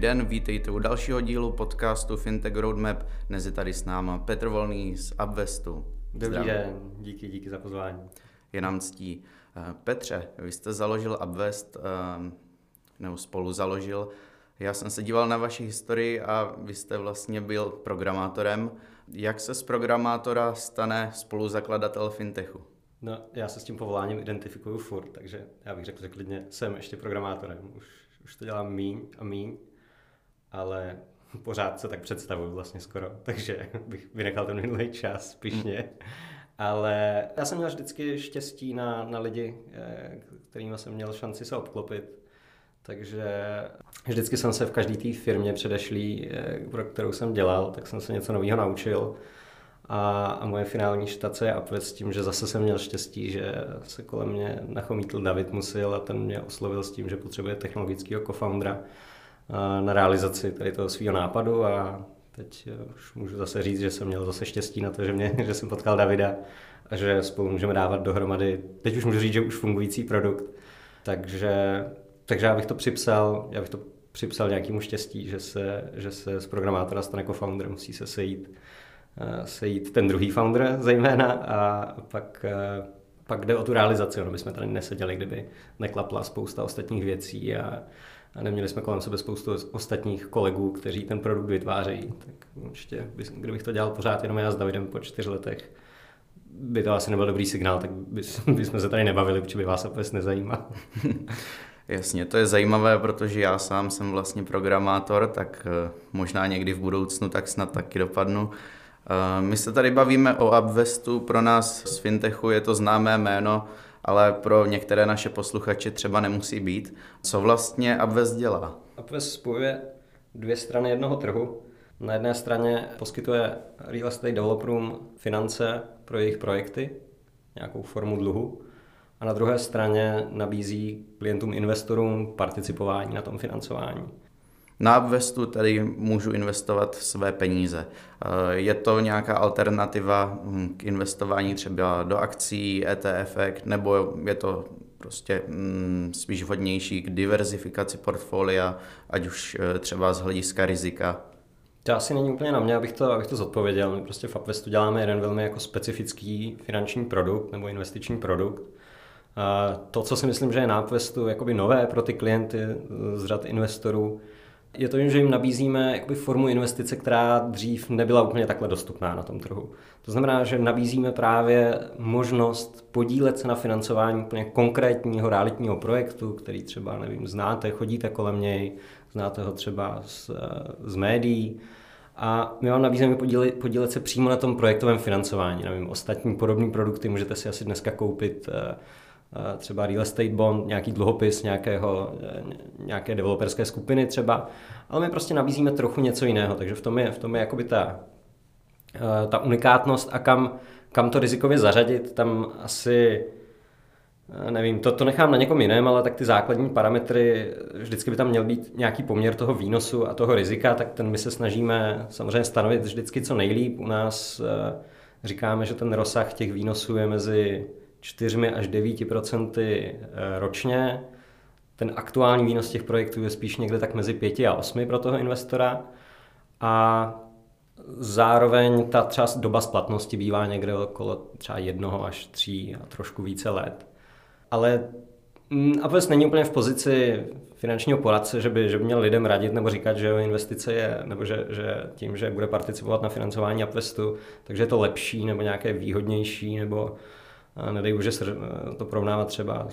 den, vítejte u dalšího dílu podcastu Fintech Roadmap. Dnes je tady s náma Petr Volný z Upvestu. Dobrý den, díky za pozvání. Je nám ctí. Petře, vy jste založil Upvest, nebo spolu založil. Já jsem se díval na vaši historii a vy jste vlastně byl programátorem. Jak se z programátora stane spoluzakladatel fintechu? No, já se s tím povoláním identifikuju furt, takže já bych řekl, že klidně jsem ještě programátorem. Už to dělám míň a míň, ale pořád se tak představuju vlastně skoro, takže bych vynechal ten minulý čas pyšně. Ale já jsem měl vždycky štěstí na lidi, kterými jsem měl šanci se obklopit. Takže vždycky jsem se v každé té firmě předešlý, pro kterou jsem dělal, tak jsem se něco nového naučil. A moje finální štace je Upvest s tím, že zase jsem měl štěstí, že se kolem mě nachomítl David Musil a ten mě oslovil s tím, že potřebuje technologického co-foundera na realizaci tady toho svého nápadu. A teď už můžu zase říct, že jsem měl zase štěstí na to, že jsem potkal Davida a že spolu můžeme dávat dohromady, teď už můžu říct, že už fungující produkt. Takže já bych to připsal nějakému štěstí, že se z programátora stane co-founder, musí se sejít ten druhý founder zejména a pak jde o tu realizaci. My jsme tady neseděli, kdyby neklapla spousta ostatních věcí a neměli jsme kolem sebe spoustu ostatních kolegů, kteří ten produkt vytvářejí. Tak určitě, kdybych to dělal pořád jenom já s Davidem po 4 letech, by to asi nebyl dobrý signál, tak bychom se tady nebavili, protože by vás Upvest nezajímal. Jasně, to je zajímavé, protože já sám jsem vlastně programátor, tak možná někdy v budoucnu tak snad taky dopadnu. My se tady bavíme o Upvestu, pro nás z fintechu je to známé jméno, ale pro některé naše posluchače třeba nemusí být. Co vlastně Upvest dělá? Upvest spojuje dvě strany jednoho trhu. Na jedné straně poskytuje real estate developerům finance pro jejich projekty, nějakou formu dluhu, a na druhé straně nabízí klientům, investorům participování na tom financování. Na Upvestu tedy můžu investovat své peníze. Je to nějaká alternativa k investování třeba do akcí, ETF, nebo je to prostě spíš vhodnější k diverzifikaci portfolia, ať už třeba z hlediska rizika? To asi není úplně na mě, abych to zodpověděl. My prostě v Upvestu děláme jeden velmi jako specifický finanční produkt nebo investiční produkt. To, co si myslím, že je na Upvestu jakoby nové pro ty klienty z řad investorů, je to, že jim nabízíme jakoby formu investice, která dřív nebyla úplně takhle dostupná na tom trhu. To znamená, že nabízíme právě možnost podílet se na financování úplně konkrétního realitního projektu, který třeba, nevím, znáte, chodíte kolem něj, znáte ho třeba z médií. A my vám nabízíme podílet se přímo na tom projektovém financování. Nevím, ostatní podobné produkty můžete si asi dneska koupit třeba real estate bond, nějaký dluhopis nějaké developerské skupiny třeba, ale my prostě nabízíme trochu něco jiného, takže v tom je jakoby ta unikátnost a kam to rizikově zařadit, tam asi, nevím, to nechám na někom jiném, ale tak ty základní parametry, vždycky by tam měl být nějaký poměr toho výnosu a toho rizika, tak ten my se snažíme samozřejmě stanovit vždycky co nejlíp. U nás říkáme, že ten rozsah těch výnosů je mezi 4 až 9% ročně. Ten aktuální výnos těch projektů je spíš někde tak mezi 5 a 8 pro toho investora. A zároveň ta třeba doba splatnosti bývá někde okolo třeba 1 až 3 a trošku více let. Ale Upvest není úplně v pozici finančního poradce, že by měl lidem radit nebo říkat, že jeho investice je, nebo že tím, že bude participovat na financování Upvestu, takže je to lepší nebo nějaké výhodnější, nebo nedej bože to porovnávat třeba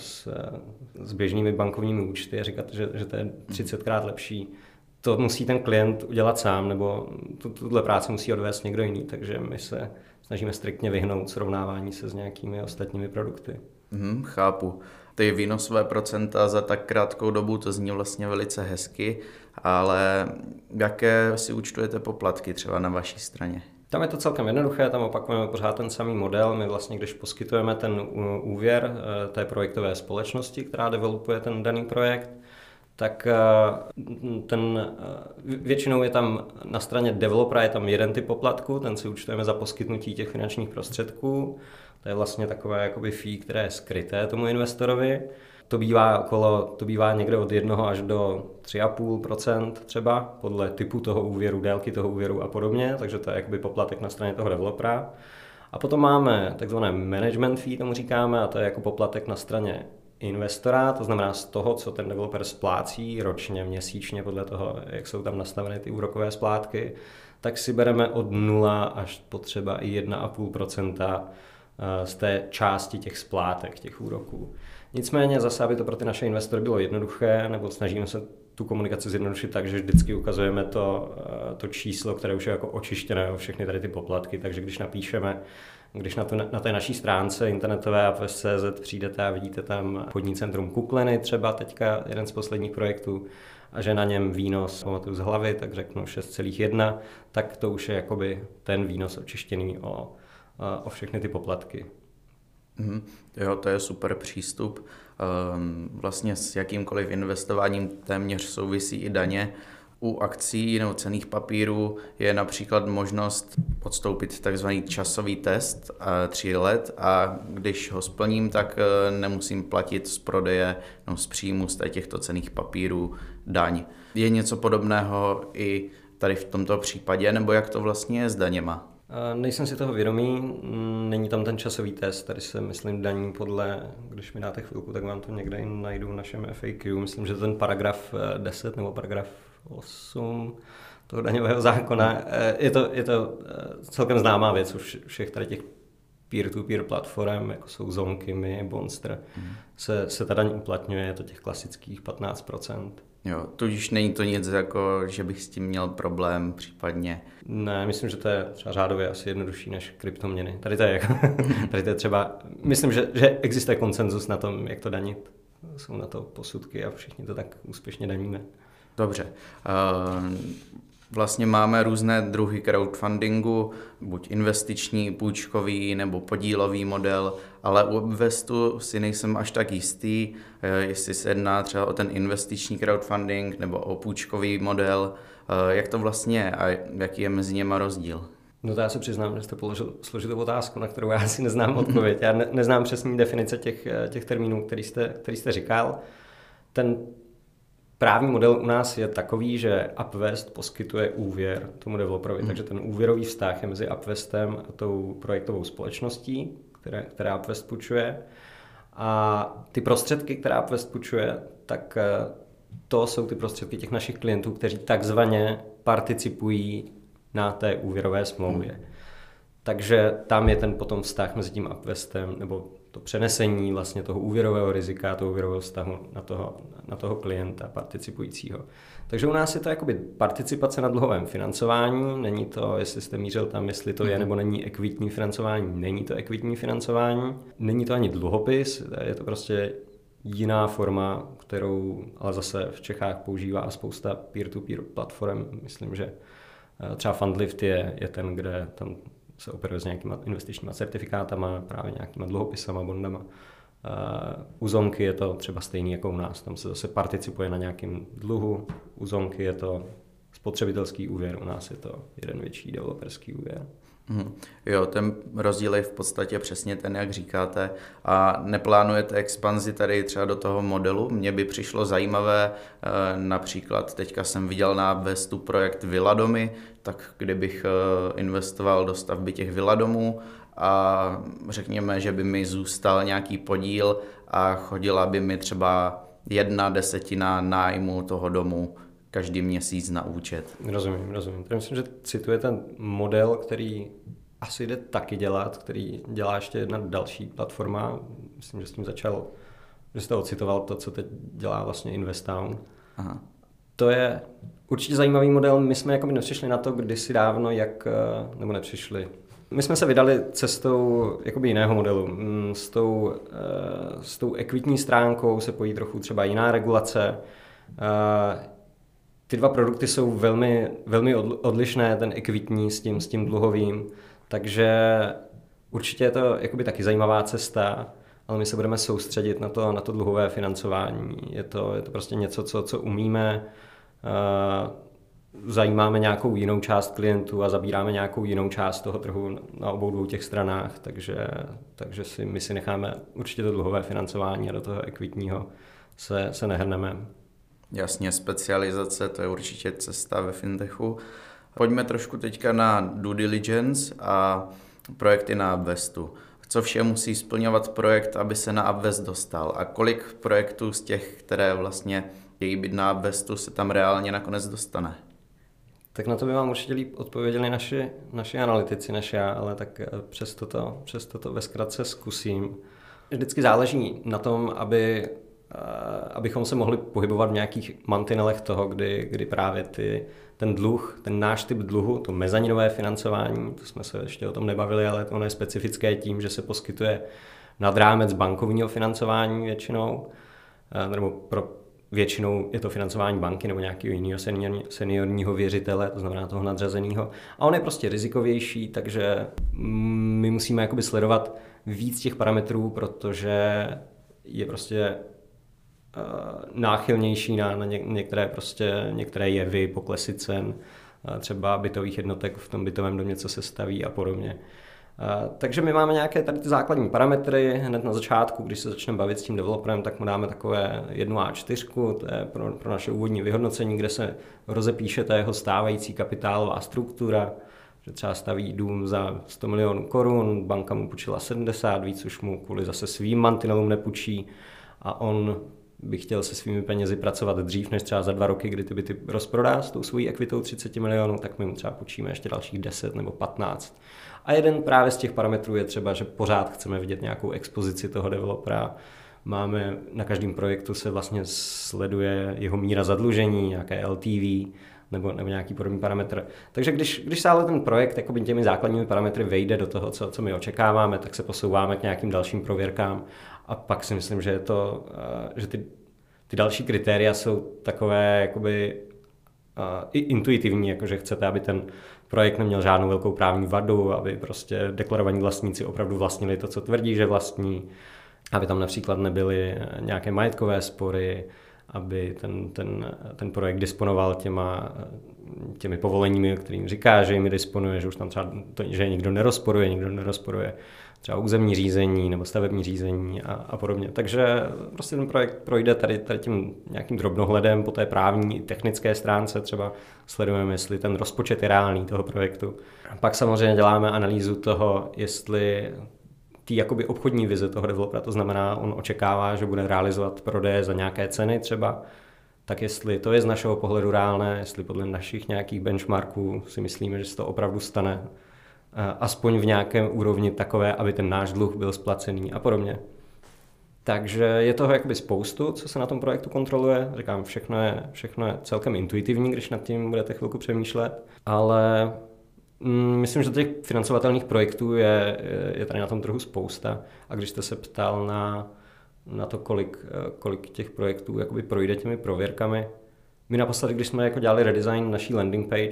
s běžnými bankovními účty a říkat, že to je 30krát lepší. To musí ten klient udělat sám, nebo tuhle práci musí odvést někdo jiný, takže my se snažíme striktně vyhnout srovnávání se s nějakými ostatními produkty. Chápu. Ty výnosové procenta za tak krátkou dobu, to zní vlastně velice hezky, ale jaké si účtujete poplatky třeba na vaší straně? Tam je to celkem jednoduché, tam opakujeme pořád ten samý model. My vlastně, když poskytujeme ten úvěr té projektové společnosti, která developuje ten daný projekt, tak většinou je tam na straně developera je tam jeden typ poplatku, ten si účtujeme za poskytnutí těch finančních prostředků. To je vlastně takové jakoby fee, které je skryté tomu investorovi. To bývá někde od 1 až do 3,5% třeba, podle typu toho úvěru, délky toho úvěru a podobně, takže to je jakoby poplatek na straně toho developera. A potom máme takzvané management fee, tomu říkáme, a to je jako poplatek na straně investora, to znamená z toho, co ten developer splácí ročně, měsíčně, podle toho, jak jsou tam nastaveny ty úrokové splátky, tak si bereme od 0 až po třeba i 1,5% z té části těch splátek, těch úroků. Nicméně zase, aby to pro ty naše investory bylo jednoduché, nebo snažíme se tu komunikaci zjednodušit tak, že vždycky ukazujeme to číslo, které už je jako očištěné o všechny tady ty poplatky, takže když na té naší stránce internetové apves.cz přijdete a vidíte tam obchodní centrum Kukleny, třeba teďka jeden z posledních projektů, a že na něm výnos, pamatuju z hlavy, tak řeknu 6,1, tak to už je jakoby ten výnos očištěný o všechny ty poplatky. Jo, to je super přístup. Vlastně s jakýmkoliv investováním téměř souvisí i daně. U akcí nebo cenných papírů je například možnost podstoupit takzvaný časový test 3 let a když ho splním, tak nemusím platit z prodeje nebo z příjmu z těchto cenných papírů daň. Je něco podobného i tady v tomto případě, nebo jak to vlastně je s daněma? Nejsem si toho vědomý, není tam ten časový test, tady se myslím daní podle, když mi dáte chvilku, tak vám to někde najdu v našem FAQ, myslím, že ten paragraf 10 nebo paragraf 8 toho daňového zákona, je to celkem známá věc u všech tady těch peer-to-peer platform, jako jsou Zonky, Bonster, se ta daň uplatňuje, je to těch klasických 15%. Jo, tudíž není to nic jako, že bych s tím měl problém případně. Ne, myslím, že to je třeba řádově asi jednodušší než kryptoměny. Tady to je třeba, myslím, že existuje konsenzus na tom, jak to danit. Jsou na to posudky a všichni to tak úspěšně daníme. Dobře. Vlastně máme různé druhy crowdfundingu, buď investiční, půjčkový nebo podílový model, ale u Upvestu si nejsem až tak jistý, jestli se jedná třeba o ten investiční crowdfunding nebo o půjčkový model. Jak to vlastně je a jaký je mezi něma rozdíl? No to já se přiznám, že jste položil složitou otázku, na kterou já si neznám odpověď. Já neznám přesný definice těch termínů, který jste říkal. Ten právní model u nás je takový, že Upvest poskytuje úvěr tomu developerovi, takže ten úvěrový vztah je mezi Upvestem a tou projektovou společností, která Upvest půjčuje. A ty prostředky, které Upvest půjčuje, tak to jsou ty prostředky těch našich klientů, kteří takzvaně participují na té úvěrové smlouvě. Takže tam je ten potom vztah mezi tím Upvestem, nebo to přenesení vlastně toho úvěrového rizika, toho úvěrového vztahu na toho klienta participujícího. Takže u nás je to jakoby participace na dluhovém financování, není to, jestli jste mířil tam, jestli to je nebo není ekvitní financování, není to ekvitní financování, není to ani dluhopis, je to prostě jiná forma, kterou ale zase v Čechách používá spousta peer-to-peer platform. Myslím, že třeba Fundlift je ten, kde tam se operuje s nějakýma investičníma certifikátama, právě nějakýma dluhopisama, bondama. U Zonky je to třeba stejný jako u nás, tam se zase participuje na nějakém dluhu. U Zonky je to spotřebitelský úvěr, u nás je to jeden větší developerský úvěr. Jo, ten rozdíl je v podstatě přesně ten, jak říkáte. A neplánujete expanzi tady třeba do toho modelu? Mně by přišlo zajímavé, například teďka jsem viděl na Upvestu projekt Villadomy, tak kdybych investoval do stavby těch villadomů a řekněme, že by mi zůstal nějaký podíl a chodila by mi třeba 1/10 nájmu toho domu každý měsíc na účet. Rozumím. Já myslím, že cituje ten model, který asi jde taky dělat, který dělá ještě jedna další platforma. Myslím, že s tím začal, že jste ocitoval to, co teď dělá vlastně Investown. Aha. To je určitě zajímavý model. My jsme jakoby nepřišli na to kdysi dávno, nebo nepřišli. My jsme se vydali cestou jakoby jiného modelu. S tou ekvitní stránkou se pojí trochu třeba jiná regulace. Ty dva produkty jsou velmi, velmi odlišné, ten ekvitní s tím dluhovým, takže určitě je to jakoby taky zajímavá cesta, ale my se budeme soustředit na to dluhové financování. Je to prostě něco, co umíme. zajímáme nějakou jinou část klientů a zabíráme nějakou jinou část toho trhu na obou dvou těch stranách, takže my si necháme určitě to dluhové financování a do toho ekvitního se nehrneme. Jasně, specializace, to je určitě cesta ve fintechu. Pojďme trošku teďka na due diligence a projekty na Upvestu. Co vše musí splňovat projekt, aby se na Upvest dostal a kolik projektů z těch, které vlastně chtějí být na Upvestu, se tam reálně nakonec dostane? Tak na to by vám určitě líp odpověděli naši analytici než já, ale tak přesto to ve zkratce zkusím. Vždycky záleží na tom, abychom se mohli pohybovat v nějakých mantinelech toho, kdy právě ten dluh, ten náš typ dluhu, to mezaninové financování, to jsme se ještě o tom nebavili, ale ono je specifické tím, že se poskytuje nad rámec bankovního financování většinou, nebo většinou je to financování banky nebo nějakého jiného seniorního věřitele, to znamená toho nadřazeného. A on je prostě rizikovější, takže my musíme jakoby sledovat víc těch parametrů, protože je prostě náchylnější na některé jevy, poklesy cen, třeba bytových jednotek v tom bytovém domě, co se staví a podobně. Takže my máme nějaké tady ty základní parametry. Hned na začátku, když se začneme bavit s tím developerem, tak mu dáme takové 1A4, to je pro naše úvodní vyhodnocení, kde se rozepíše ta jeho stávající kapitálová struktura, že třeba staví dům za 100 milionů korun, banka mu půjčila 70, víc už mu kvůli zase svým mantinelům nepůjčí a on by chtěl se svými penězi pracovat dřív než třeba za 2 roky, kdy ty byty rozprodá s tou svojí ekvitou 30 milionů, tak my mu třeba půjčíme ještě dalších 10 nebo 15. A jeden právě z těch parametrů je třeba, že pořád chceme vidět nějakou expozici toho developera. Máme na každém projektu se vlastně sleduje jeho míra zadlužení, nějaké LTV nebo nějaký podobný parametr. Takže když se ale ten projekt těmi základními parametry vejde do toho, co my očekáváme, tak se posouváme k nějakým dalším prověrkám. A pak si myslím, že že ty další kritéria jsou takové i intuitivní, jakože chcete, aby ten projekt neměl žádnou velkou právní vadu, aby prostě deklarovaní vlastníci opravdu vlastnili to, co tvrdí, že vlastní, aby tam například nebyly nějaké majetkové spory, aby ten projekt disponoval těmi povoleními, kterým říká, že jimi disponuje, že už tam třeba že je nikdo nerozporuje třeba územní řízení nebo stavební řízení a podobně. Takže prostě ten projekt projde tady tím nějakým drobnohledem po té právní technické stránce, třeba sledujeme, jestli ten rozpočet je reálný toho projektu. A pak samozřejmě děláme analýzu toho, jestli jakoby obchodní vize toho developera, to znamená, on očekává, že bude realizovat prodeje za nějaké ceny třeba, tak jestli to je z našeho pohledu reálné, jestli podle našich nějakých benchmarků si myslíme, že se to opravdu stane, aspoň v nějakém úrovni takové, aby ten náš dluh byl splacený a podobně. Takže je toho jakoby spoustu, co se na tom projektu kontroluje. Říkám, všechno je celkem intuitivní, když nad tím budete chvilku přemýšlet, ale myslím, že těch financovatelných projektů je tady na tom trhu spousta a když jste se ptal na to, kolik těch projektů jakoby projde těmi prověrkami. My naposledy, když jsme dělali redesign naší landing page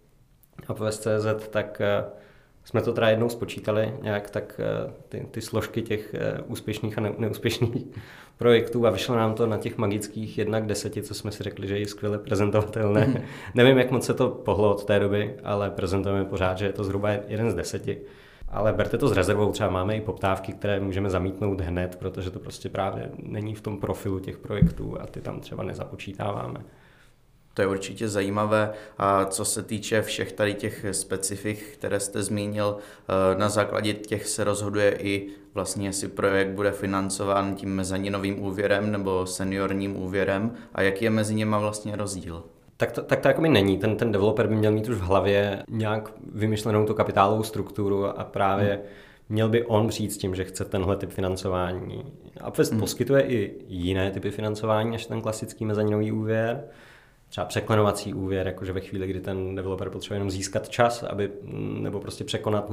Upvest.cz, tak jsme to teda jednou spočítali nějak, tak ty složky těch úspěšných a neúspěšných projektů a vyšlo nám to na těch magických 1:10, co jsme si řekli, že je skvěle prezentovatelné. Nevím, jak moc se to pohlo od té doby, ale prezentujeme pořád, že je to zhruba 1:10. Ale berte to s rezervou, třeba máme i poptávky, které můžeme zamítnout hned, protože to prostě právě není v tom profilu těch projektů a ty tam třeba nezapočítáváme. To je určitě zajímavé a co se týče všech tady těch specifik, které jste zmínil, na základě těch se rozhoduje i vlastně, jestli projekt bude financován tím mezaninovým úvěrem nebo seniorním úvěrem a jaký je mezi nimi vlastně rozdíl? Tak to jakoby není. Ten developer by měl mít už v hlavě nějak vymyšlenou tu kapitálovou strukturu a právě měl by on přijít s tím, že chce tenhle typ financování. Upvest poskytuje i jiné typy financování než ten klasický mezaninový úvěr. Třeba překlenovací úvěr, jakože ve chvíli, kdy ten developer potřebuje jenom získat čas, nebo prostě překonat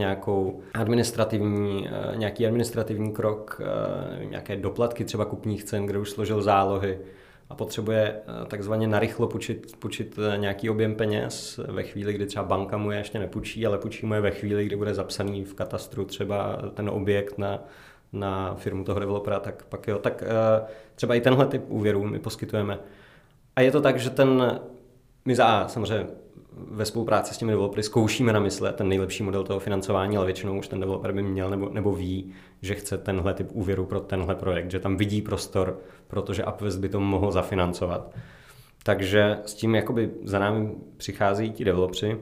nějaký administrativní krok, nějaké doplatky třeba kupních cen, kde už složil zálohy a potřebuje takzvaně narychlo půjčit nějaký objem peněz ve chvíli, kdy třeba banka mu je ještě nepůjčí, ale půjčí mu je ve chvíli, kdy bude zapsaný v katastru třeba ten objekt na firmu toho developera, tak pak jo, tak třeba i tenhle typ úvěrů my poskytujeme. A je to tak, že my samozřejmě ve spolupráci s těmi developery zkoušíme namyslet ten nejlepší model toho financování, ale většinou už ten developer by měl nebo ví, že chce tenhle typ úvěru pro tenhle projekt, že tam vidí prostor, protože Upvest by to mohl zafinancovat. Takže s tím jakoby za námi přicházejí ti developři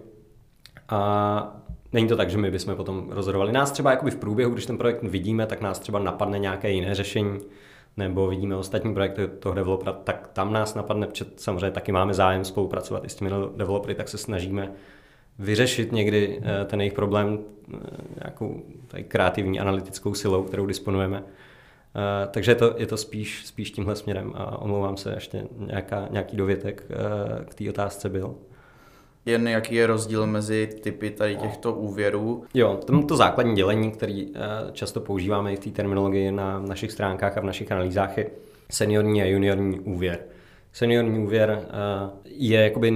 a není to tak, že my bychom potom rozhodovali. Nás třeba jakoby v průběhu, když ten projekt vidíme, tak nás třeba napadne nějaké jiné řešení, nebo vidíme ostatní projekty toho developera, tak tam nás napadne, protože samozřejmě taky máme zájem spolupracovat i s těmi developery, tak se snažíme vyřešit někdy ten jejich problém nějakou tady kreativní analytickou silou, kterou disponujeme. Takže je to spíš tímhle směrem a omlouvám se, ještě nějaký dovětek k té otázce byl. Jen jaký je rozdíl mezi typy tady těchto úvěrů? Jo, to základní dělení, který často používáme i v té terminologii na našich stránkách a v našich analýzách, je seniorní a juniorní úvěr. Seniorní úvěr je jakoby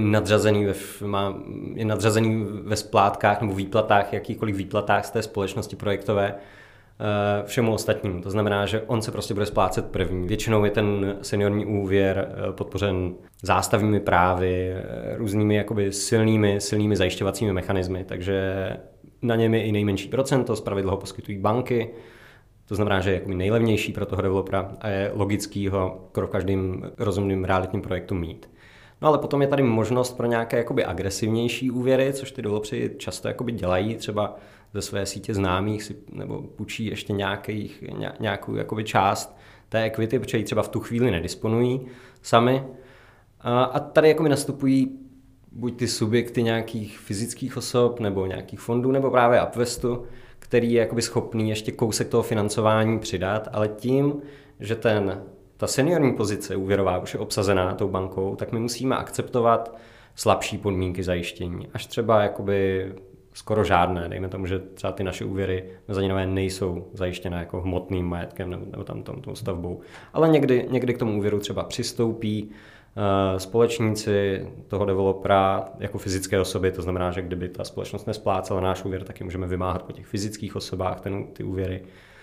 nadřazený ve splátkách nebo výplatách, jakýchkoliv výplatách z té společnosti projektové všemu ostatnímu. To znamená, že on se prostě bude splácet první. Většinou je ten seniorní úvěr podpořen zástavními právy, různými jakoby silnými zajišťovacími mechanismy, takže na něm je i nejmenší procento, zpravidla ho poskytují banky, to znamená, že je jakoby nejlevnější pro toho developera a je logický ho v každém rozumným realitním projektu mít. No ale potom je tady možnost pro nějaké jakoby agresivnější úvěry, což ty developři často jakoby dělají, třeba ze své sítě známých si, nebo půjčí ještě nějakou jakoby část té equity, protože ji třeba v tu chvíli nedisponují sami. A tady jakoby nastupují buď ty subjekty nějakých fyzických osob, nebo nějakých fondů, nebo právě Upvestu, který je jakoby schopný ještě kousek toho financování přidat, ale tím, že ta seniorní pozice úvěrová už je obsazená tou bankou, tak my musíme akceptovat slabší podmínky zajištění, až třeba jakoby skoro žádné. Dejme tomu, že třeba ty naše úvěry mezaninové nejsou zajištěné jako hmotným majetkem nebo tam tou stavbou. Ale někdy k tomu úvěru třeba přistoupí společníci toho developera jako fyzické osoby, to znamená, že kdyby ta společnost nesplácela náš úvěr, tak ji můžeme vymáhat po těch fyzických osobách ty úvěry.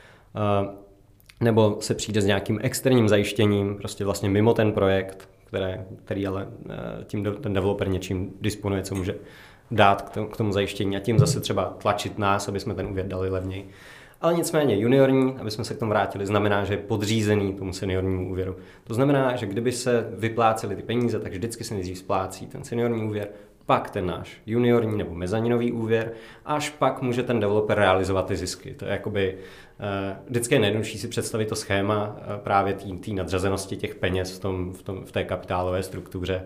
Nebo se přijde s nějakým externím zajištěním, prostě vlastně mimo ten projekt, který ale tím ten developer něčím disponuje, co může dát k tomu zajištění a tím zase třeba tlačit nás, aby jsme ten úvěr dali levněji. Ale nicméně juniorní, aby jsme se k tomu vrátili, znamená, že je podřízený tomu seniornímu úvěru. To znamená, že kdyby se vyplácely ty peníze, tak vždycky se nejdřív splácí ten seniorní úvěr, pak ten náš juniorní nebo mezaninový úvěr, až pak může ten developer realizovat ty zisky. To je jakoby, vždycky je nejjednodušší si představit to schéma právě té nadřazenosti těch peněz v té kapitálové struktuře,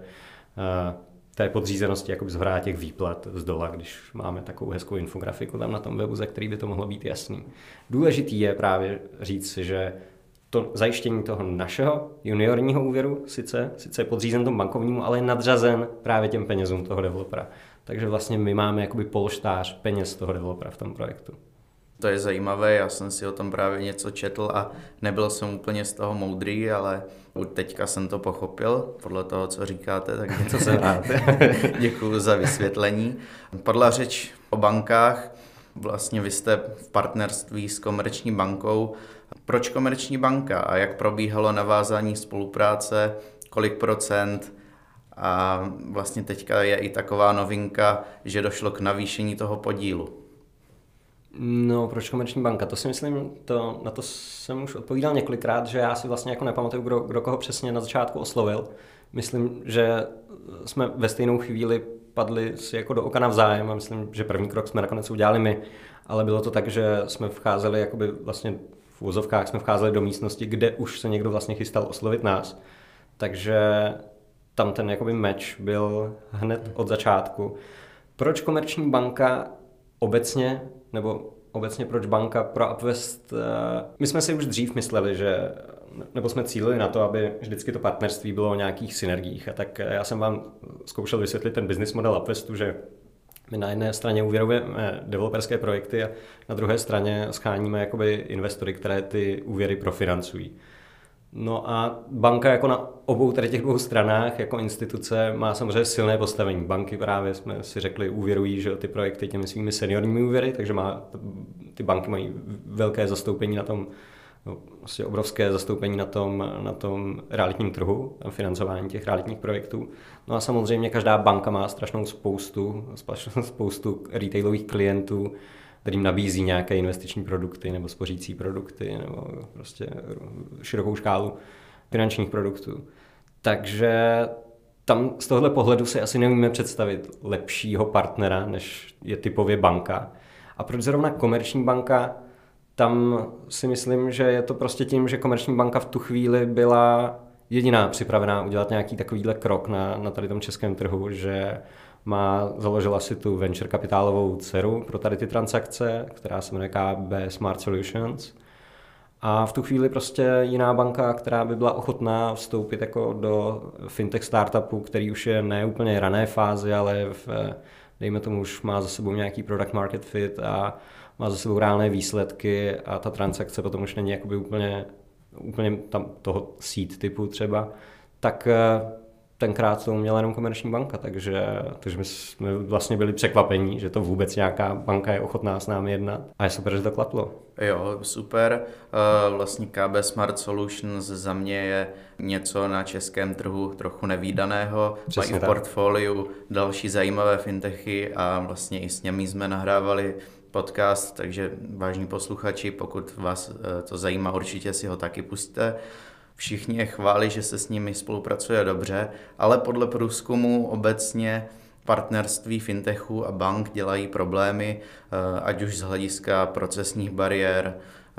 té podřízenosti jakoby zhora těch výplat z dola, když máme takovou hezkou infografiku tam na tom webu, za který by to mohlo být jasný. Důležitý je právě říct, že to zajištění toho našeho juniorního úvěru sice je podřízen tomu bankovnímu, ale je nadřazen právě těm penězům toho developera. Takže vlastně my máme jakoby polštář peněz toho developera v tom projektu. To je zajímavé, já jsem si o tom právě něco četl a nebyl jsem úplně z toho moudrý, ale teďka jsem to pochopil, podle toho, co říkáte, tak to jsem rád. Děkuju za vysvětlení. Padla řeč o bankách, vlastně vy jste v partnerství s Komerční bankou. Proč Komerční banka a jak probíhalo navázání spolupráce, kolik procent? A vlastně teďka je i taková novinka, že došlo k navýšení toho podílu. No, proč Komerční banka? To si myslím, na to jsem už odpovídal několikrát, že já si vlastně jako nepamatuju, kdo koho přesně na začátku oslovil. Myslím, že jsme ve stejnou chvíli padli si jako do oka navzájem a myslím, že první krok jsme nakonec udělali my, ale bylo to tak, že jsme vcházeli jakoby vlastně v uvozovkách jsme vcházeli do místnosti, kde už se někdo vlastně chystal oslovit nás. Takže tam ten jakoby match byl hned od začátku. Proč Komerční banka obecně, nebo obecně proč banka pro Upvest? My jsme si už dřív mysleli, nebo jsme cílili na to, aby vždycky to partnerství bylo o nějakých synergiích. A tak já jsem vám zkoušel vysvětlit ten business model Upvestu, že my na jedné straně úvěrujeme developerské projekty a na druhé straně scháníme jakoby investory, které ty úvěry profinancují. No a banka jako na obou těch dvou stranách jako instituce má samozřejmě silné postavení. Banky právě jsme si řekli úvěrují, že ty projekty těmi svými seniorními úvěry, takže ty banky mají velké zastoupení vlastně obrovské zastoupení na tom realitním trhu, financování těch realitních projektů. No a samozřejmě každá banka má strašnou spoustu retailových klientů, kterým nabízí nějaké investiční produkty nebo spořící produkty nebo prostě širokou škálu finančních produktů. Takže tam z tohohle pohledu si asi neumíme představit lepšího partnera, než je typově banka. A proč zrovna komerční banka? Tam si myslím, že je to prostě tím, že komerční banka v tu chvíli byla jediná připravená udělat nějaký takovýhle krok na tady tom českém trhu, že založila si tu venture kapitálovou dceru pro tady ty transakce, která se jmenuje KB Smart Solutions. A v tu chvíli prostě jiná banka, která by byla ochotná vstoupit jako do fintech startupu, který už je ne úplně rané fázi, ale dejme tomu už má za sebou nějaký product market fit a má za sebou reálné výsledky a ta transakce potom už není jakoby úplně tam toho seed typu třeba, tak tenkrát to uměla jenom komerční banka, takže my jsme vlastně byli překvapení, že to vůbec nějaká banka je ochotná s námi jednat a je super, že to klaplo. Jo, super. Vlastně KB Smart Solutions za mě je něco na českém trhu trochu nevídaného. Mají v portfoliu další zajímavé fintechy a vlastně i s nimi jsme nahrávali podcast, takže vážní posluchači, pokud vás to zajímá, určitě si ho taky pusťte. Všichni je chválí, že se s nimi spolupracuje dobře, ale podle průzkumu obecně partnerství fintechů a bank dělají problémy, ať už z hlediska procesních bariér.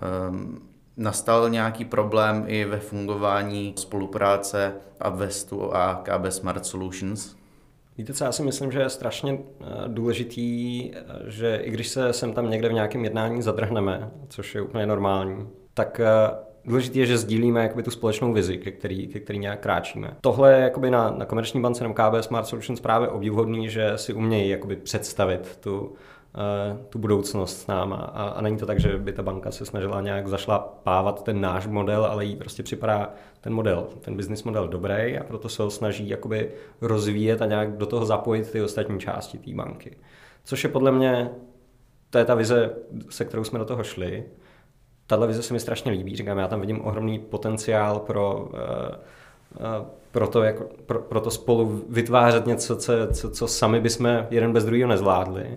Nastal nějaký problém i ve fungování spolupráce Upvestu a KB Smart Solutions? Víte co, já si myslím, že je strašně důležitý, že i když se sem tam někde v nějakém jednání zadrhneme, což je úplně normální, tak důležité je, že sdílíme jakoby tu společnou vizi, ke který nějak kráčíme. Tohle je jakoby na komerční bance nebo KB Smart Solutions právě obdivuhodný, že si umějí jakoby představit tu budoucnost s náma. A není to tak, že by ta banka se snažila nějak zašlapávat ten náš model, ale jí prostě připadá ten business model dobrý a proto se ho snaží jakoby rozvíjet a nějak do toho zapojit ty ostatní části té banky. Což je podle mě, to je ta vize, se kterou jsme do toho šli. Tahle vize se mi strašně líbí, říkám, já tam vidím ohromný potenciál pro to spolu vytvářet něco, co sami bychom jeden bez druhého nezvládli.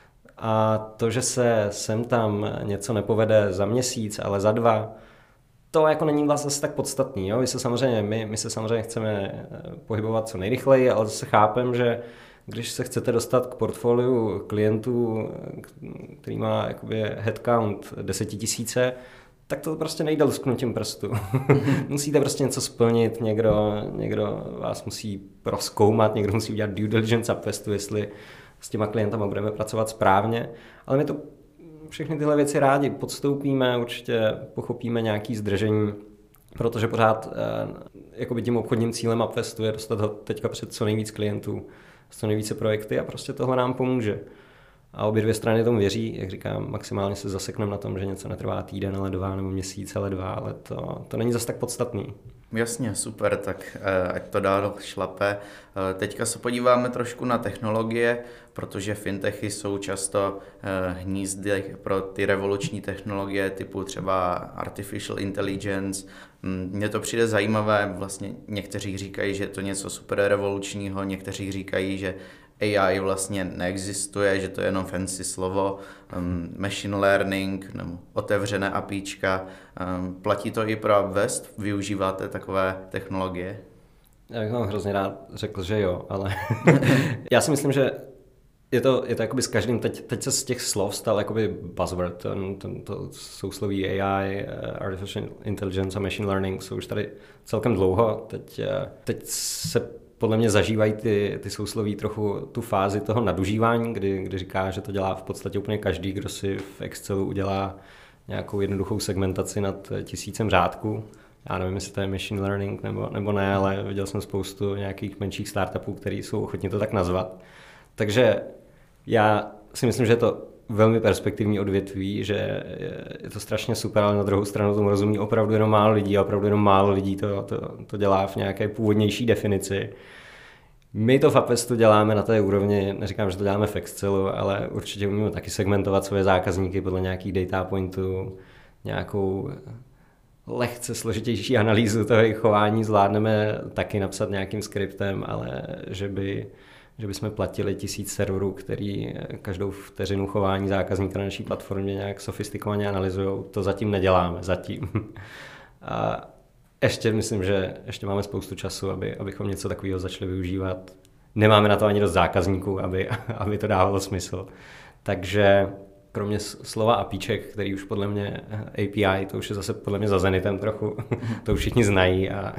A to, že se sem tam něco nepovede za měsíc, ale za 2, to jako není vlastně zase tak podstatný. Jo? My se samozřejmě chceme pohybovat co nejrychleji, ale zase chápem, že když se chcete dostat k portfoliu klientů, který má jakoby headcount 10 000, tak to prostě nejde lusknutím prstu. Musíte prostě něco splnit, někdo vás musí prozkoumat, někdo musí udělat due diligence Upvestu, jestli s těma klientama budeme pracovat správně, ale my to všechny tyhle věci rádi podstoupíme, určitě pochopíme nějaký zdržení, protože pořád jakoby tím obchodním cílem Upvestu je dostat ho teďka před co nejvíc klientů, co nejvíce projekty a prostě tohle nám pomůže. A obě dvě strany tomu věří, jak říkám, maximálně se zasekneme na tom, že něco netrvá týden, ale 2, nebo měsíc, ale 2, ale to není zase tak podstatný. Jasně, super, tak ať to dál šlape. Teďka se podíváme trošku na technologie, protože fintechy jsou často hnízdy pro ty revoluční technologie typu třeba artificial intelligence. Mně to přijde zajímavé, vlastně někteří říkají, že je to něco super revolučního, někteří říkají, že AI vlastně neexistuje, že to je jenom fancy slovo, machine learning nebo otevřené APIčka. Platí to i pro Upvest? Využíváte takové technologie? Já bych vám hrozně rád řekl, že jo, ale já si myslím, že je to jakoby s každým, teď se z těch slov stal jakoby buzzword, to sousloví AI, artificial intelligence a machine learning jsou už tady celkem dlouho, teď se podle mě zažívají ty sousloví trochu tu fázi toho nadužívání, kdy říká, že to dělá v podstatě úplně každý, kdo si v Excelu udělá nějakou jednoduchou segmentaci nad 1000 řádků. Já nevím, jestli to je machine learning nebo ne, ale viděl jsem spoustu nějakých menších startupů, který jsou ochotni to tak nazvat. Takže já si myslím, že je to velmi perspektivní odvětví, že je to strašně super, ale na druhou stranu tomu rozumí opravdu jenom málo lidí a opravdu jenom málo lidí to dělá v nějaké původnější definici. My to v Upvestu děláme na té úrovni, neříkám, že to děláme v Excelu, ale určitě umíme taky segmentovat svoje zákazníky podle nějakých data pointů, nějakou lehce složitější analýzu toho jejich chování zvládneme taky napsat nějakým skriptem, ale že bychom platili 1000 serverů, který každou vteřinu chování zákazníka na naší platformě nějak sofistikovaně analyzují, to zatím neděláme, zatím. A ještě myslím, že ještě máme spoustu času, abychom něco takového začali využívat. Nemáme na to ani dost zákazníků, aby to dávalo smysl. Takže kromě slova APIček, který už podle mě API, to už je zase podle mě za Zenitem trochu, to už všichni znají a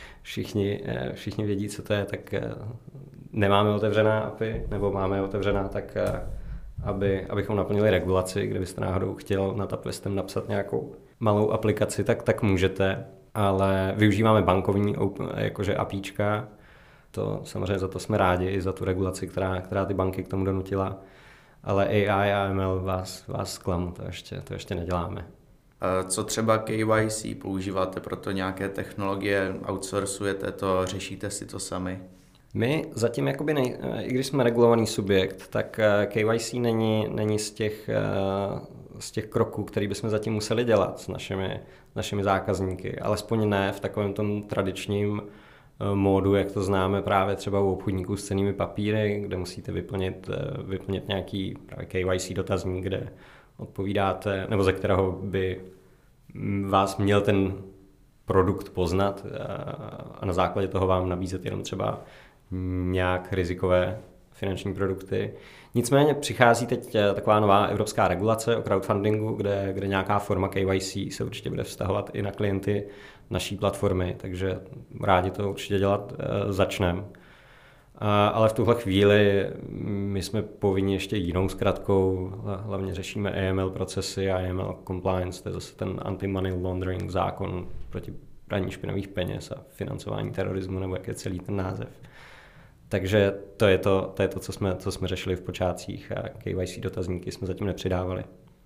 všichni vědí, co to je, tak nemáme otevřená API, nebo máme otevřená, tak abychom naplnili regulaci, kdybyste náhodou chtěl nad Applistem napsat nějakou malou aplikaci, tak můžete, ale využíváme bankovní jakože APIčka, to samozřejmě za to jsme rádi, i za tu regulaci, která ty banky k tomu donutila. Ale AI a ML vás zklamu, to ještě neděláme. Co třeba KYC? Používáte proto nějaké technologie, outsourcujete to, řešíte si to sami? My zatím, i když jsme regulovaný subjekt, tak KYC není z těch kroků, který bychom zatím museli dělat s našimi zákazníky. Alespoň ne v takovém tom tradičním módu, jak to známe právě třeba u obchodníků s cennými papíry, kde musíte vyplnit nějaký právě KYC dotazník, kde odpovídáte, nebo ze kterého by vás měl ten produkt poznat a na základě toho vám nabízet jenom třeba nějak rizikové finanční produkty. Nicméně přichází teď taková nová evropská regulace o crowdfundingu, kde nějaká forma KYC se určitě bude vztahovat i na klienty naší platformy, takže rádi to určitě dělat začneme. Ale v tuhle chvíli my jsme povinni ještě jinou zkratkou, hlavně řešíme AML procesy a AML compliance, to je zase ten anti-money laundering zákon proti praní špinavých peněz a financování terorismu, nebo jak je celý ten název. Takže to je to, co jsme řešili v počátcích a KYC dotazníky jsme zatím nepřidávali.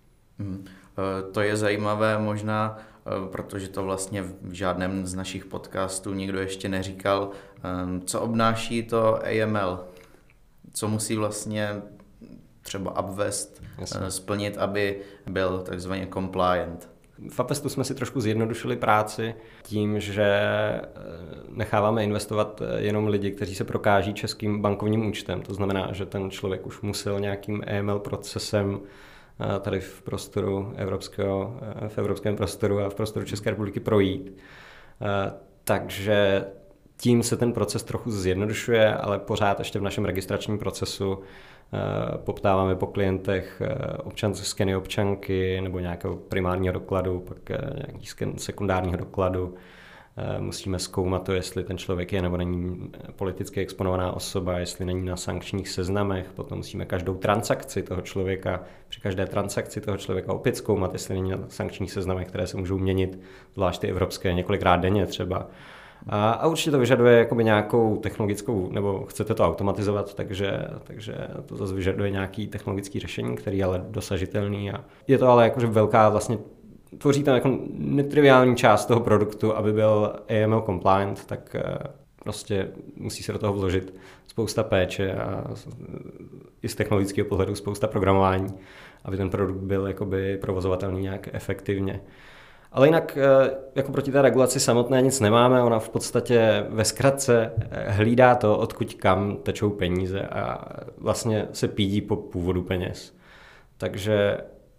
To je zajímavé možná, protože to vlastně v žádném z našich podcastů nikdo ještě neříkal. Co obnáší to AML? Co musí vlastně třeba Upvest splnit, aby byl takzvaně compliant? V Upvestu jsme si trošku zjednodušili práci tím, že necháváme investovat jenom lidi, kteří se prokáží českým bankovním účtem. To znamená, že ten člověk už musel nějakým AML procesem tady v evropském prostoru a v prostoru České republiky projít. Takže tím se ten proces trochu zjednodušuje, ale pořád ještě v našem registračním procesu poptáváme po klientech skeny občanky nebo nějakého primárního dokladu, pak nějaký sken sekundárního dokladu. Musíme zkoumat to, jestli ten člověk je nebo není politicky exponovaná osoba, jestli není na sankčních seznamech, potom musíme každou transakci toho člověka, při každé transakci toho člověka opět zkoumat, jestli není na sankčních seznamech, které se můžou měnit, zvlášť ty evropské, několikrát denně třeba. A určitě to vyžaduje jakoby nějakou technologickou, nebo chcete to automatizovat, takže to zase vyžaduje nějaký technologický řešení, který je ale dosažitelný. A je to ale jakože velká vlastně tvoří tam jako netriviální část toho produktu, aby byl AML compliant, tak prostě musí se do toho vložit spousta péče a i z technologického pohledu spousta programování, aby ten produkt byl jakoby provozovatelný nějak efektivně. Ale jinak jako proti té regulaci samotné nic nemáme, ona v podstatě ve zkratce hlídá to, odkud kam tečou peníze a vlastně se pídí po původu peněz. Takže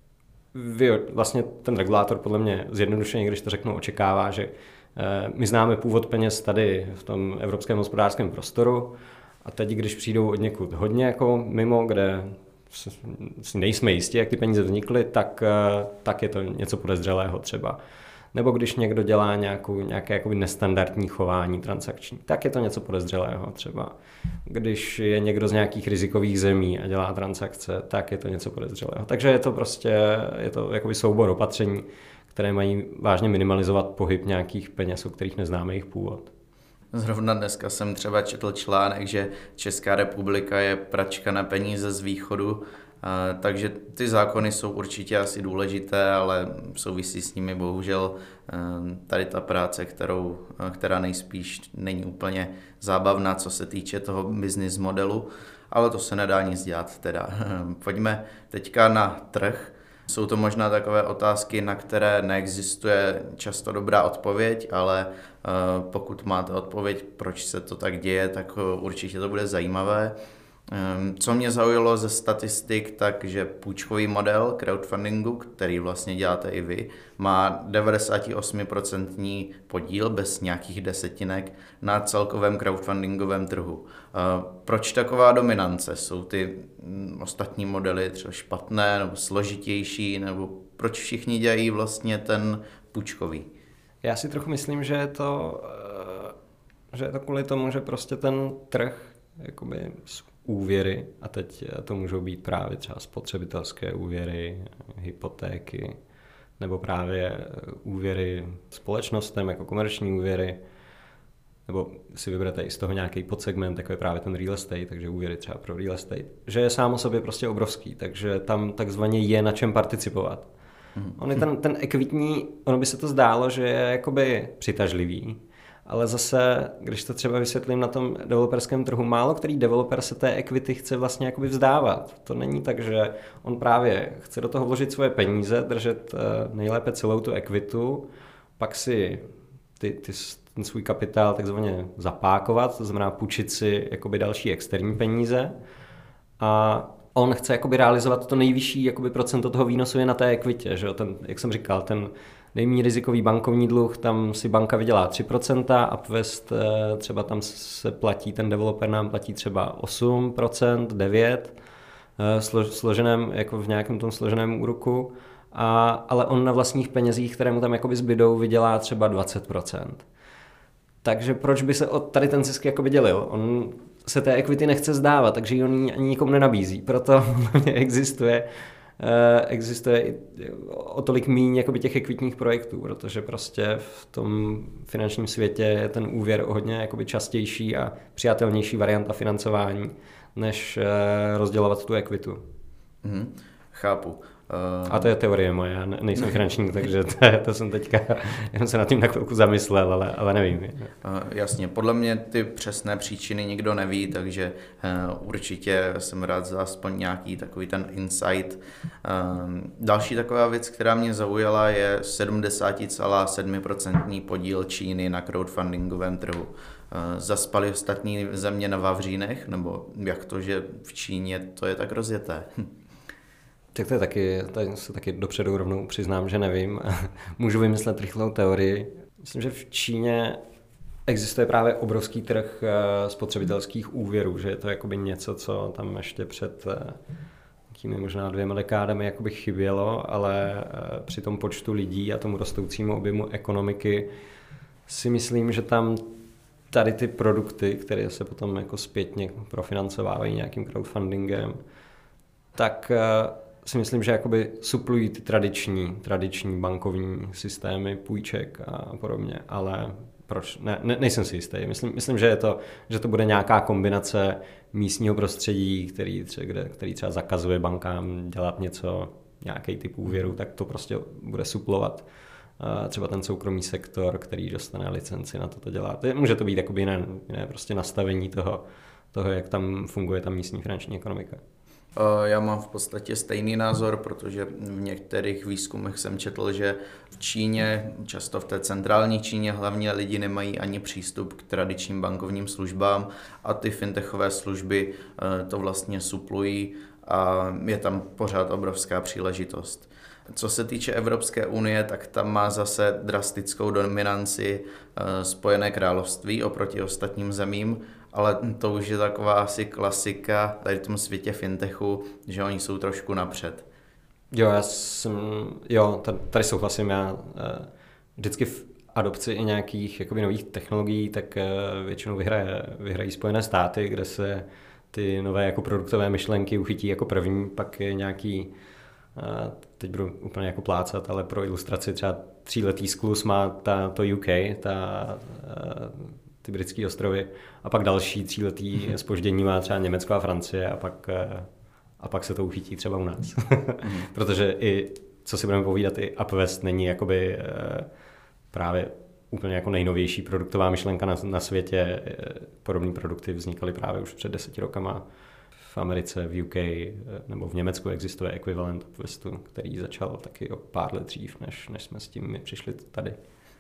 vlastně ten regulátor podle mě zjednodušeně, když to řeknu, očekává, že my známe původ peněz tady v tom evropském hospodářském prostoru a teď, když přijdou od někud hodně jako mimo, kde si nejsme jistí, jak ty peníze vznikly, tak je to něco podezřelého třeba. Nebo když někdo dělá nějaké jakoby nestandardní chování transakční, tak je to něco podezřelého třeba. Když je někdo z nějakých rizikových zemí a dělá transakce, tak je to něco podezřelého. Takže je to jakoby soubor opatření, které mají vážně minimalizovat pohyb nějakých peněz, o kterých neznáme jejich původ. Zrovna dneska jsem třeba četl článek, že Česká republika je pračka na peníze z východu, takže ty zákony jsou určitě asi důležité, ale souvisí s nimi bohužel tady ta práce, která nejspíš není úplně zábavná, co se týče toho business modelu, ale to se nedá nic dělat teda. Pojďme teďka na trh. Jsou to možná takové otázky, na které neexistuje často dobrá odpověď, ale pokud máte odpověď, proč se to tak děje, tak určitě to bude zajímavé. Co mě zaujalo ze statistik, takže půjčkový model crowdfundingu, který vlastně děláte i vy, má 98% podíl bez nějakých desetinek na celkovém crowdfundingovém trhu. Proč taková dominance? Jsou ty ostatní modely třeba špatné nebo složitější, nebo proč všichni dělají vlastně ten půjčkový? Já si trochu myslím, že je to kvůli tomu, že prostě ten trh jakoby úvěry, a teď to můžou být právě třeba spotřebitelské úvěry, hypotéky, nebo právě úvěry společnostem, jako komerční úvěry, nebo si vyberete i z toho nějaký podsegment, jako je právě ten real estate, takže úvěry třeba pro real estate, že je sám o sobě prostě obrovský, takže tam takzvaně je na čem participovat. On je ten ekvitní, ono by se to zdálo, že je jakoby přitažlivý, ale zase, když to třeba vysvětlím na tom developerském trhu, málo který developer se té equity chce vlastně jakoby vzdávat. To není tak, že on právě chce do toho vložit svoje peníze, držet nejlépe celou tu equitu, pak si ten svůj kapitál takzvaně zapákovat, to znamená půjčit si jakoby další externí peníze a on chce jakoby realizovat to nejvyšší jakoby procento toho výnosu je na té ekvitě, že jo? Ten, jak jsem říkal, ten nejméně rizikový bankovní dluh, tam si banka vydělá 3%, Upvest třeba tam se platí, ten developer nám platí třeba 8%, 9%, složeném, jako v nějakém tom složeném úroku, ale on na vlastních penězích, které mu tam jakoby zbydou, vydělá třeba 20%. Takže proč by se tady ten zisk jakoby dělil? On se té equity nechce zdávat, takže ji on ani nikomu nenabízí. Proto existuje o tolik míň jakoby těch ekvitních projektů, protože prostě v tom finančním světě je ten úvěr hodně jakoby častější a přijatelnější varianta financování, než rozdělovat tu ekvitu. Chápu. A to je teorie moje, já nejsem finančník, takže to jsem teďka jenom se nad tím na chvilku zamyslel, ale nevím. Jasně, podle mě ty přesné příčiny nikdo neví, takže určitě jsem rád za aspoň nějaký takový ten insight. Další taková věc, která mě zaujala, je 70,7% podíl Číny na crowdfundingovém trhu. Zaspaly ostatní země na vavřínech, nebo jak to, že v Číně to je tak rozjeté? Tak to je taky, tady se taky dopředu rovnou přiznám, že nevím. Můžu vymyslet rychlou teorii. Myslím, že v Číně existuje právě obrovský trh spotřebitelských úvěrů, že je to jakoby něco, co tam ještě před těmi možná 2 dekádami jakoby chybělo, ale při tom počtu lidí a tomu rostoucímu objemu ekonomiky si myslím, že tam tady ty produkty, které se potom jako zpětně profinancovávají nějakým crowdfundingem, tak si myslím, že jakoby suplují ty tradiční bankovní systémy půjček a podobně, ale proč? Nejsem si jistý. Myslím, že to bude nějaká kombinace místního prostředí, který třeba zakazuje bankám dělat nějaký typ úvěru, tak to prostě bude suplovat třeba ten soukromý sektor, který dostane licenci na to dělat. Může to být jakoby jiné prostě nastavení toho, jak tam funguje ta místní finanční ekonomika. Já mám v podstatě stejný názor, protože v některých výzkumech jsem četl, že v Číně, často v té centrální Číně, hlavně lidi nemají ani přístup k tradičním bankovním službám a ty fintechové služby to vlastně suplují a je tam pořád obrovská příležitost. Co se týče Evropské unie, tak tam má zase drastickou dominanci Spojené království oproti ostatním zemím, ale to už je taková asi klasika tady v tom světě fintechu, že oni jsou trošku napřed. Tady souhlasím, já vždycky v adopci i nějakých jakoby nových technologií, tak většinou vyhrají Spojené státy, kde se ty nové jako produktové myšlenky uchytí jako první, pak je nějaký, teď budu úplně jako plácat, ale pro ilustraci třeba 3letý skluz má to UK, ty britské ostrovy, a pak další 3letý zpoždění má třeba Německo a Francie a pak se to uchytí třeba u nás. Protože i, co si budeme povídat, i Upvest není jakoby právě úplně jako nejnovější produktová myšlenka na světě. Podobné produkty vznikaly právě už před 10 rokama v Americe, v UK nebo v Německu existuje ekvivalent Upvestu, který začal taky o pár let dřív, než jsme s tím my přišli tady.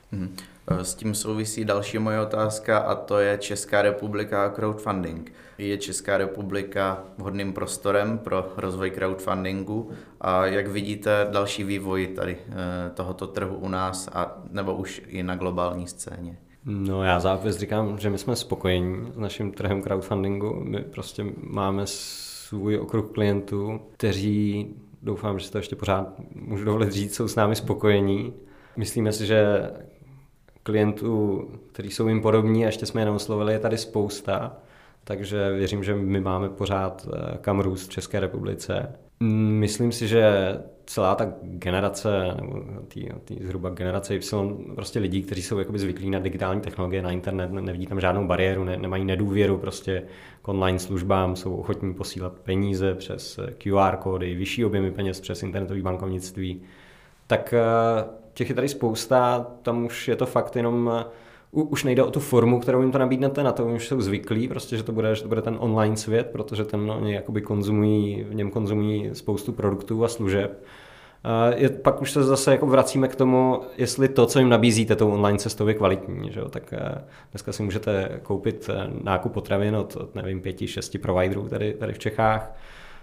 S tím souvisí další moje otázka a to je Česká republika a crowdfunding. Je Česká republika vhodným prostorem pro rozvoj crowdfundingu a jak vidíte další vývoj tady tohoto trhu u nás a nebo už i na globální scéně? No já závěs říkám, že my jsme spokojení s naším trhem crowdfundingu. My prostě máme svůj okruh klientů, kteří, doufám, že si to ještě pořád můžu dovolit říct, jsou s námi spokojení. Myslíme si, že klientů, kteří jsou jim podobní a ještě jsme je neoslovili, je tady spousta, takže věřím, že my máme pořád kam růst v České republice. Myslím si, že celá ta generace, nebo tý zhruba generace Y, prostě lidí, kteří jsou jakoby zvyklí na digitální technologie, na internet, nevidí tam žádnou bariéru, nemají nedůvěru prostě k online službám, jsou ochotní posílat peníze přes QR kódy, vyšší objemy peněz přes internetové bankovnictví, tak těch je tady spousta, tam už je to fakt jenom, už nejde o tu formu, kterou jim to nabídnete, na to už jsou zvyklí, prostě, že to bude ten online svět, protože oni jakoby v něm konzumují spoustu produktů a služeb. Pak už se zase jako vracíme k tomu, jestli to, co jim nabízíte tou online cestou, je kvalitní. Že jo? Tak dneska si můžete koupit nákup potravin od nevím, 5-6 providerů tady v Čechách,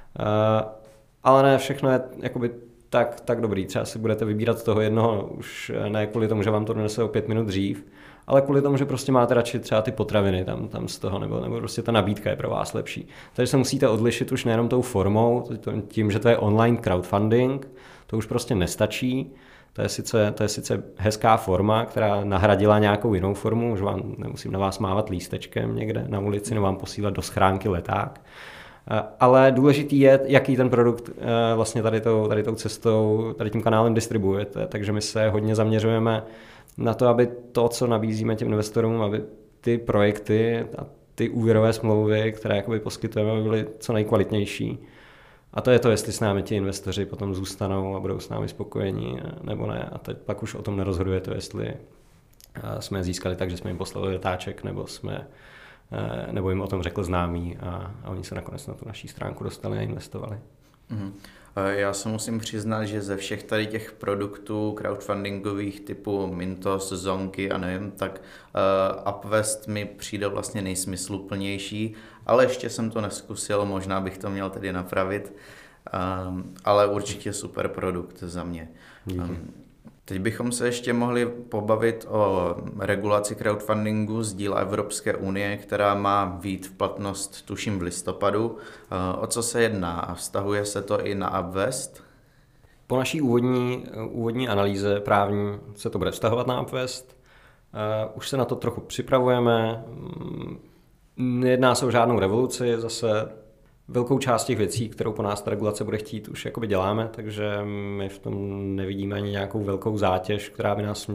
ale ne všechno je jakoby tak dobrý. Třeba si budete vybírat z toho jednoho už ne kvůli tomu, že vám to donese o 5 minut dřív, ale kvůli tomu, že prostě máte radši třeba ty potraviny tam z toho, nebo prostě ta nabídka je pro vás lepší. Takže se musíte odlišit už nejenom tou formou, tím, že to je online crowdfunding, to už prostě nestačí. To je sice hezká forma, která nahradila nějakou jinou formu, už vám nemusím na vás mávat lístečkem někde na ulici, nebo vám posílat do schránky leták. Ale důležitý je, jaký ten produkt vlastně tady tou cestou, tady tím kanálem distribuujete. Takže my se hodně zaměřujeme na to, aby to, co nabízíme těm investorům, aby ty projekty a ty úvěrové smlouvy, které jakoby poskytujeme, byly co nejkvalitnější. A to je to, jestli s námi ti investoři potom zůstanou a budou s námi spokojení nebo ne. A teď pak už o tom nerozhoduje to, jestli jsme je získali tak, že jsme jim poslali letáček, nebo jim o tom řekl známý a oni se nakonec na tu naší stránku dostali a investovali. Já se musím přiznat, že ze všech tady těch produktů crowdfundingových typu Mintos, Zonky a nevím, tak Upvest mi přijde vlastně nejsmysluplnější, ale ještě jsem to neskusil, možná bych to měl tedy napravit, ale určitě super produkt za mě. Teď bychom se ještě mohli pobavit o regulaci crowdfundingu z díla Evropské unie, která má vjít v platnost tuším v listopadu. O co se jedná a vztahuje se to i na Upvest? Po naší úvodní analýze právní se to bude vztahovat na Upvest. Už se na to trochu připravujeme. Nejedná se o žádnou revoluci, zase velkou část těch věcí, kterou po nás ta regulace bude chtít, už jakoby děláme, takže my v tom nevidíme ani nějakou velkou zátěž, která by nás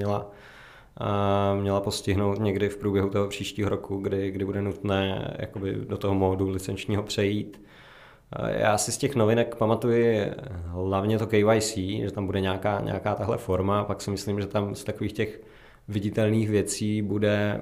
měla postihnout někdy v průběhu toho příštího roku, kdy bude nutné jakoby do toho módu licenčního přejít. Já si z těch novinek pamatuji hlavně to KYC, že tam bude nějaká tahle forma, pak si myslím, že tam z takových těch viditelných věcí bude,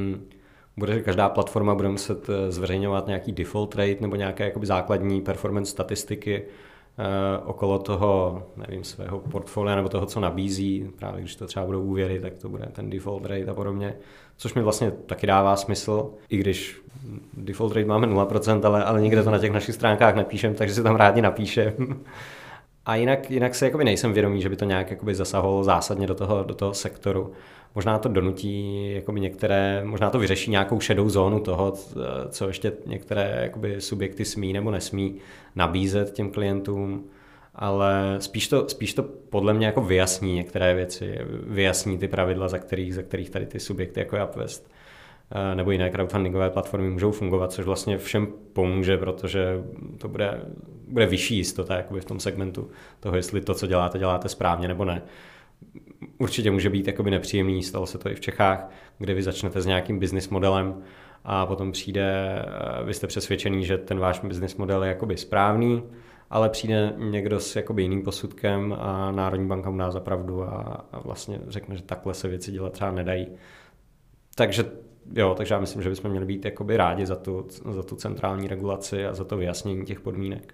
že každá platforma bude muset zveřejňovat nějaký default rate nebo nějaké jakoby základní performance statistiky okolo toho, nevím, svého portfolia nebo toho, co nabízí. Právě když to třeba budou úvěry, tak to bude ten default rate a podobně. Což mi vlastně taky dává smysl, i když default rate máme 0%, ale nikde to na těch našich stránkách nepíšem, takže si tam rádi napíšem. A jinak se jakoby nejsem vědomý, že by to nějak jakoby zasahovalo zásadně do toho sektoru. Možná to donutí jakoby možná to vyřeší nějakou šedou zónu toho, co ještě některé jakoby subjekty smí nebo nesmí nabízet těm klientům, ale spíš to podle mě jako vyjasní některé věci, vyjasní ty pravidla, za kterých tady ty subjekty jako je Upvest nebo jiné crowdfundingové platformy můžou fungovat, což vlastně všem pomůže, protože to bude vyšší jistota jakoby v tom segmentu toho, jestli to, co děláte správně nebo ne. Určitě může být jakoby nepříjemný, stalo se to i v Čechách, kde vy začnete s nějakým business modelem a potom vy jste přesvědčený, že ten váš business model je jakoby správný, ale přijde někdo s jakoby jiným posudkem a Národní banka mu dá za pravdu a vlastně řekne, že takhle se věci dělat třeba nedají. Takže jo, takže já myslím, že bychom měli být jakoby rádi za tu centrální regulaci a za to vyjasnění těch podmínek.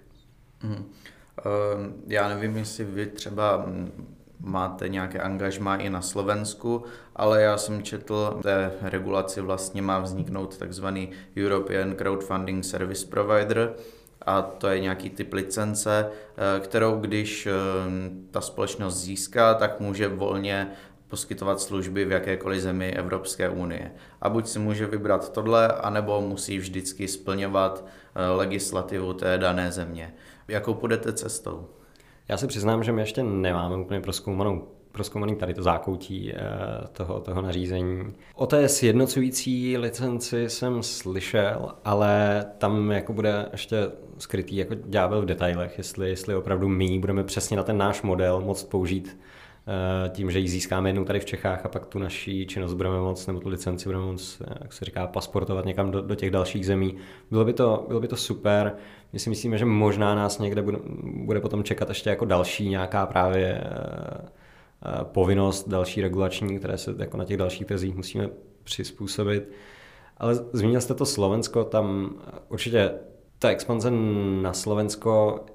Já nevím, jestli vy třeba máte nějaké angažmá i na Slovensku, ale já jsem četl, té regulaci vlastně má vzniknout takzvaný European Crowdfunding Service Provider, a to je nějaký typ licence, kterou když ta společnost získá, tak může volně poskytovat služby v jakékoliv zemi Evropské unie. A buď si může vybrat tohle, anebo musí vždycky splňovat legislativu té dané země. Jakou půjdete cestou? Já si přiznám, že my ještě nemáme úplně prozkoumaný tady to zákoutí toho nařízení. O té sjednocující licenci jsem slyšel, ale tam jako bude ještě skrytý jako ďábel v detailech, jestli opravdu my budeme přesně na ten náš model moct použít tím, že ji získáme jednou tady v Čechách a pak tu naší činnost budeme moct, nebo tu licenci budeme moct, jak se říká, pasportovat někam do těch dalších zemí. Bylo by to super. My si myslíme, že možná nás někde bude potom čekat ještě jako další nějaká právě povinnost, další regulační, které se jako na těch dalších trzích musíme přizpůsobit. Ale zmínil jste to Slovensko, tam určitě ta expanze na Slovensko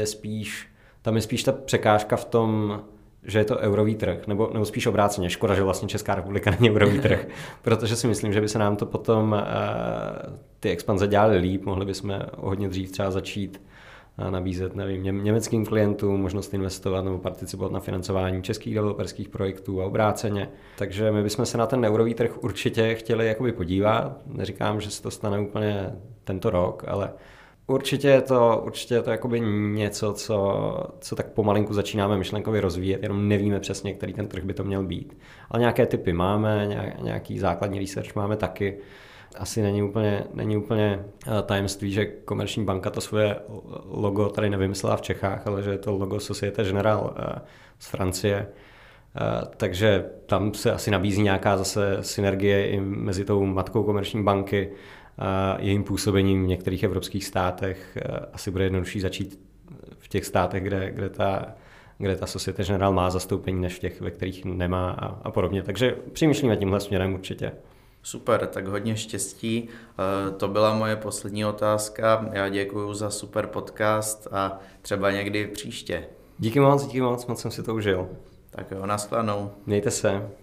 tam je spíš ta překážka v tom, že je to eurový trh, nebo spíš obráceně. Škoda, že vlastně Česká republika není eurový trh, protože si myslím, že by se nám to potom ty expanze dělaly líp, mohli bychom hodně dřív třeba začít nabízet, nevím, německým klientům možnost investovat nebo participovat na financování českých developerských projektů a obráceně. Takže my bychom se na ten eurový trh určitě chtěli jakoby podívat. Neříkám, že se to stane úplně tento rok, ale určitě je to jakoby něco, co tak pomalinku začínáme myšlenkově rozvíjet, jenom nevíme přesně, který ten trh by to měl být. Ale nějaké typy máme, nějaký základní research máme taky. Asi není úplně tajemství, že Komerční banka to svoje logo tady nevymyslela v Čechách, ale že je to logo Société Générale z Francie. Takže tam se asi nabízí nějaká zase synergie i mezi tou matkou Komerční banky a jejím působením v některých evropských státech. Asi bude jednodušší začít v těch státech, kde ta Société Générale má zastoupení, než v těch, ve kterých nemá a podobně. Takže přemýšlíme tímhle směrem určitě. Super, tak hodně štěstí. To byla moje poslední otázka. Já děkuji za super podcast a třeba někdy příště. Díky moc jsem si to užil. Tak jo, nashledanou. Mějte se.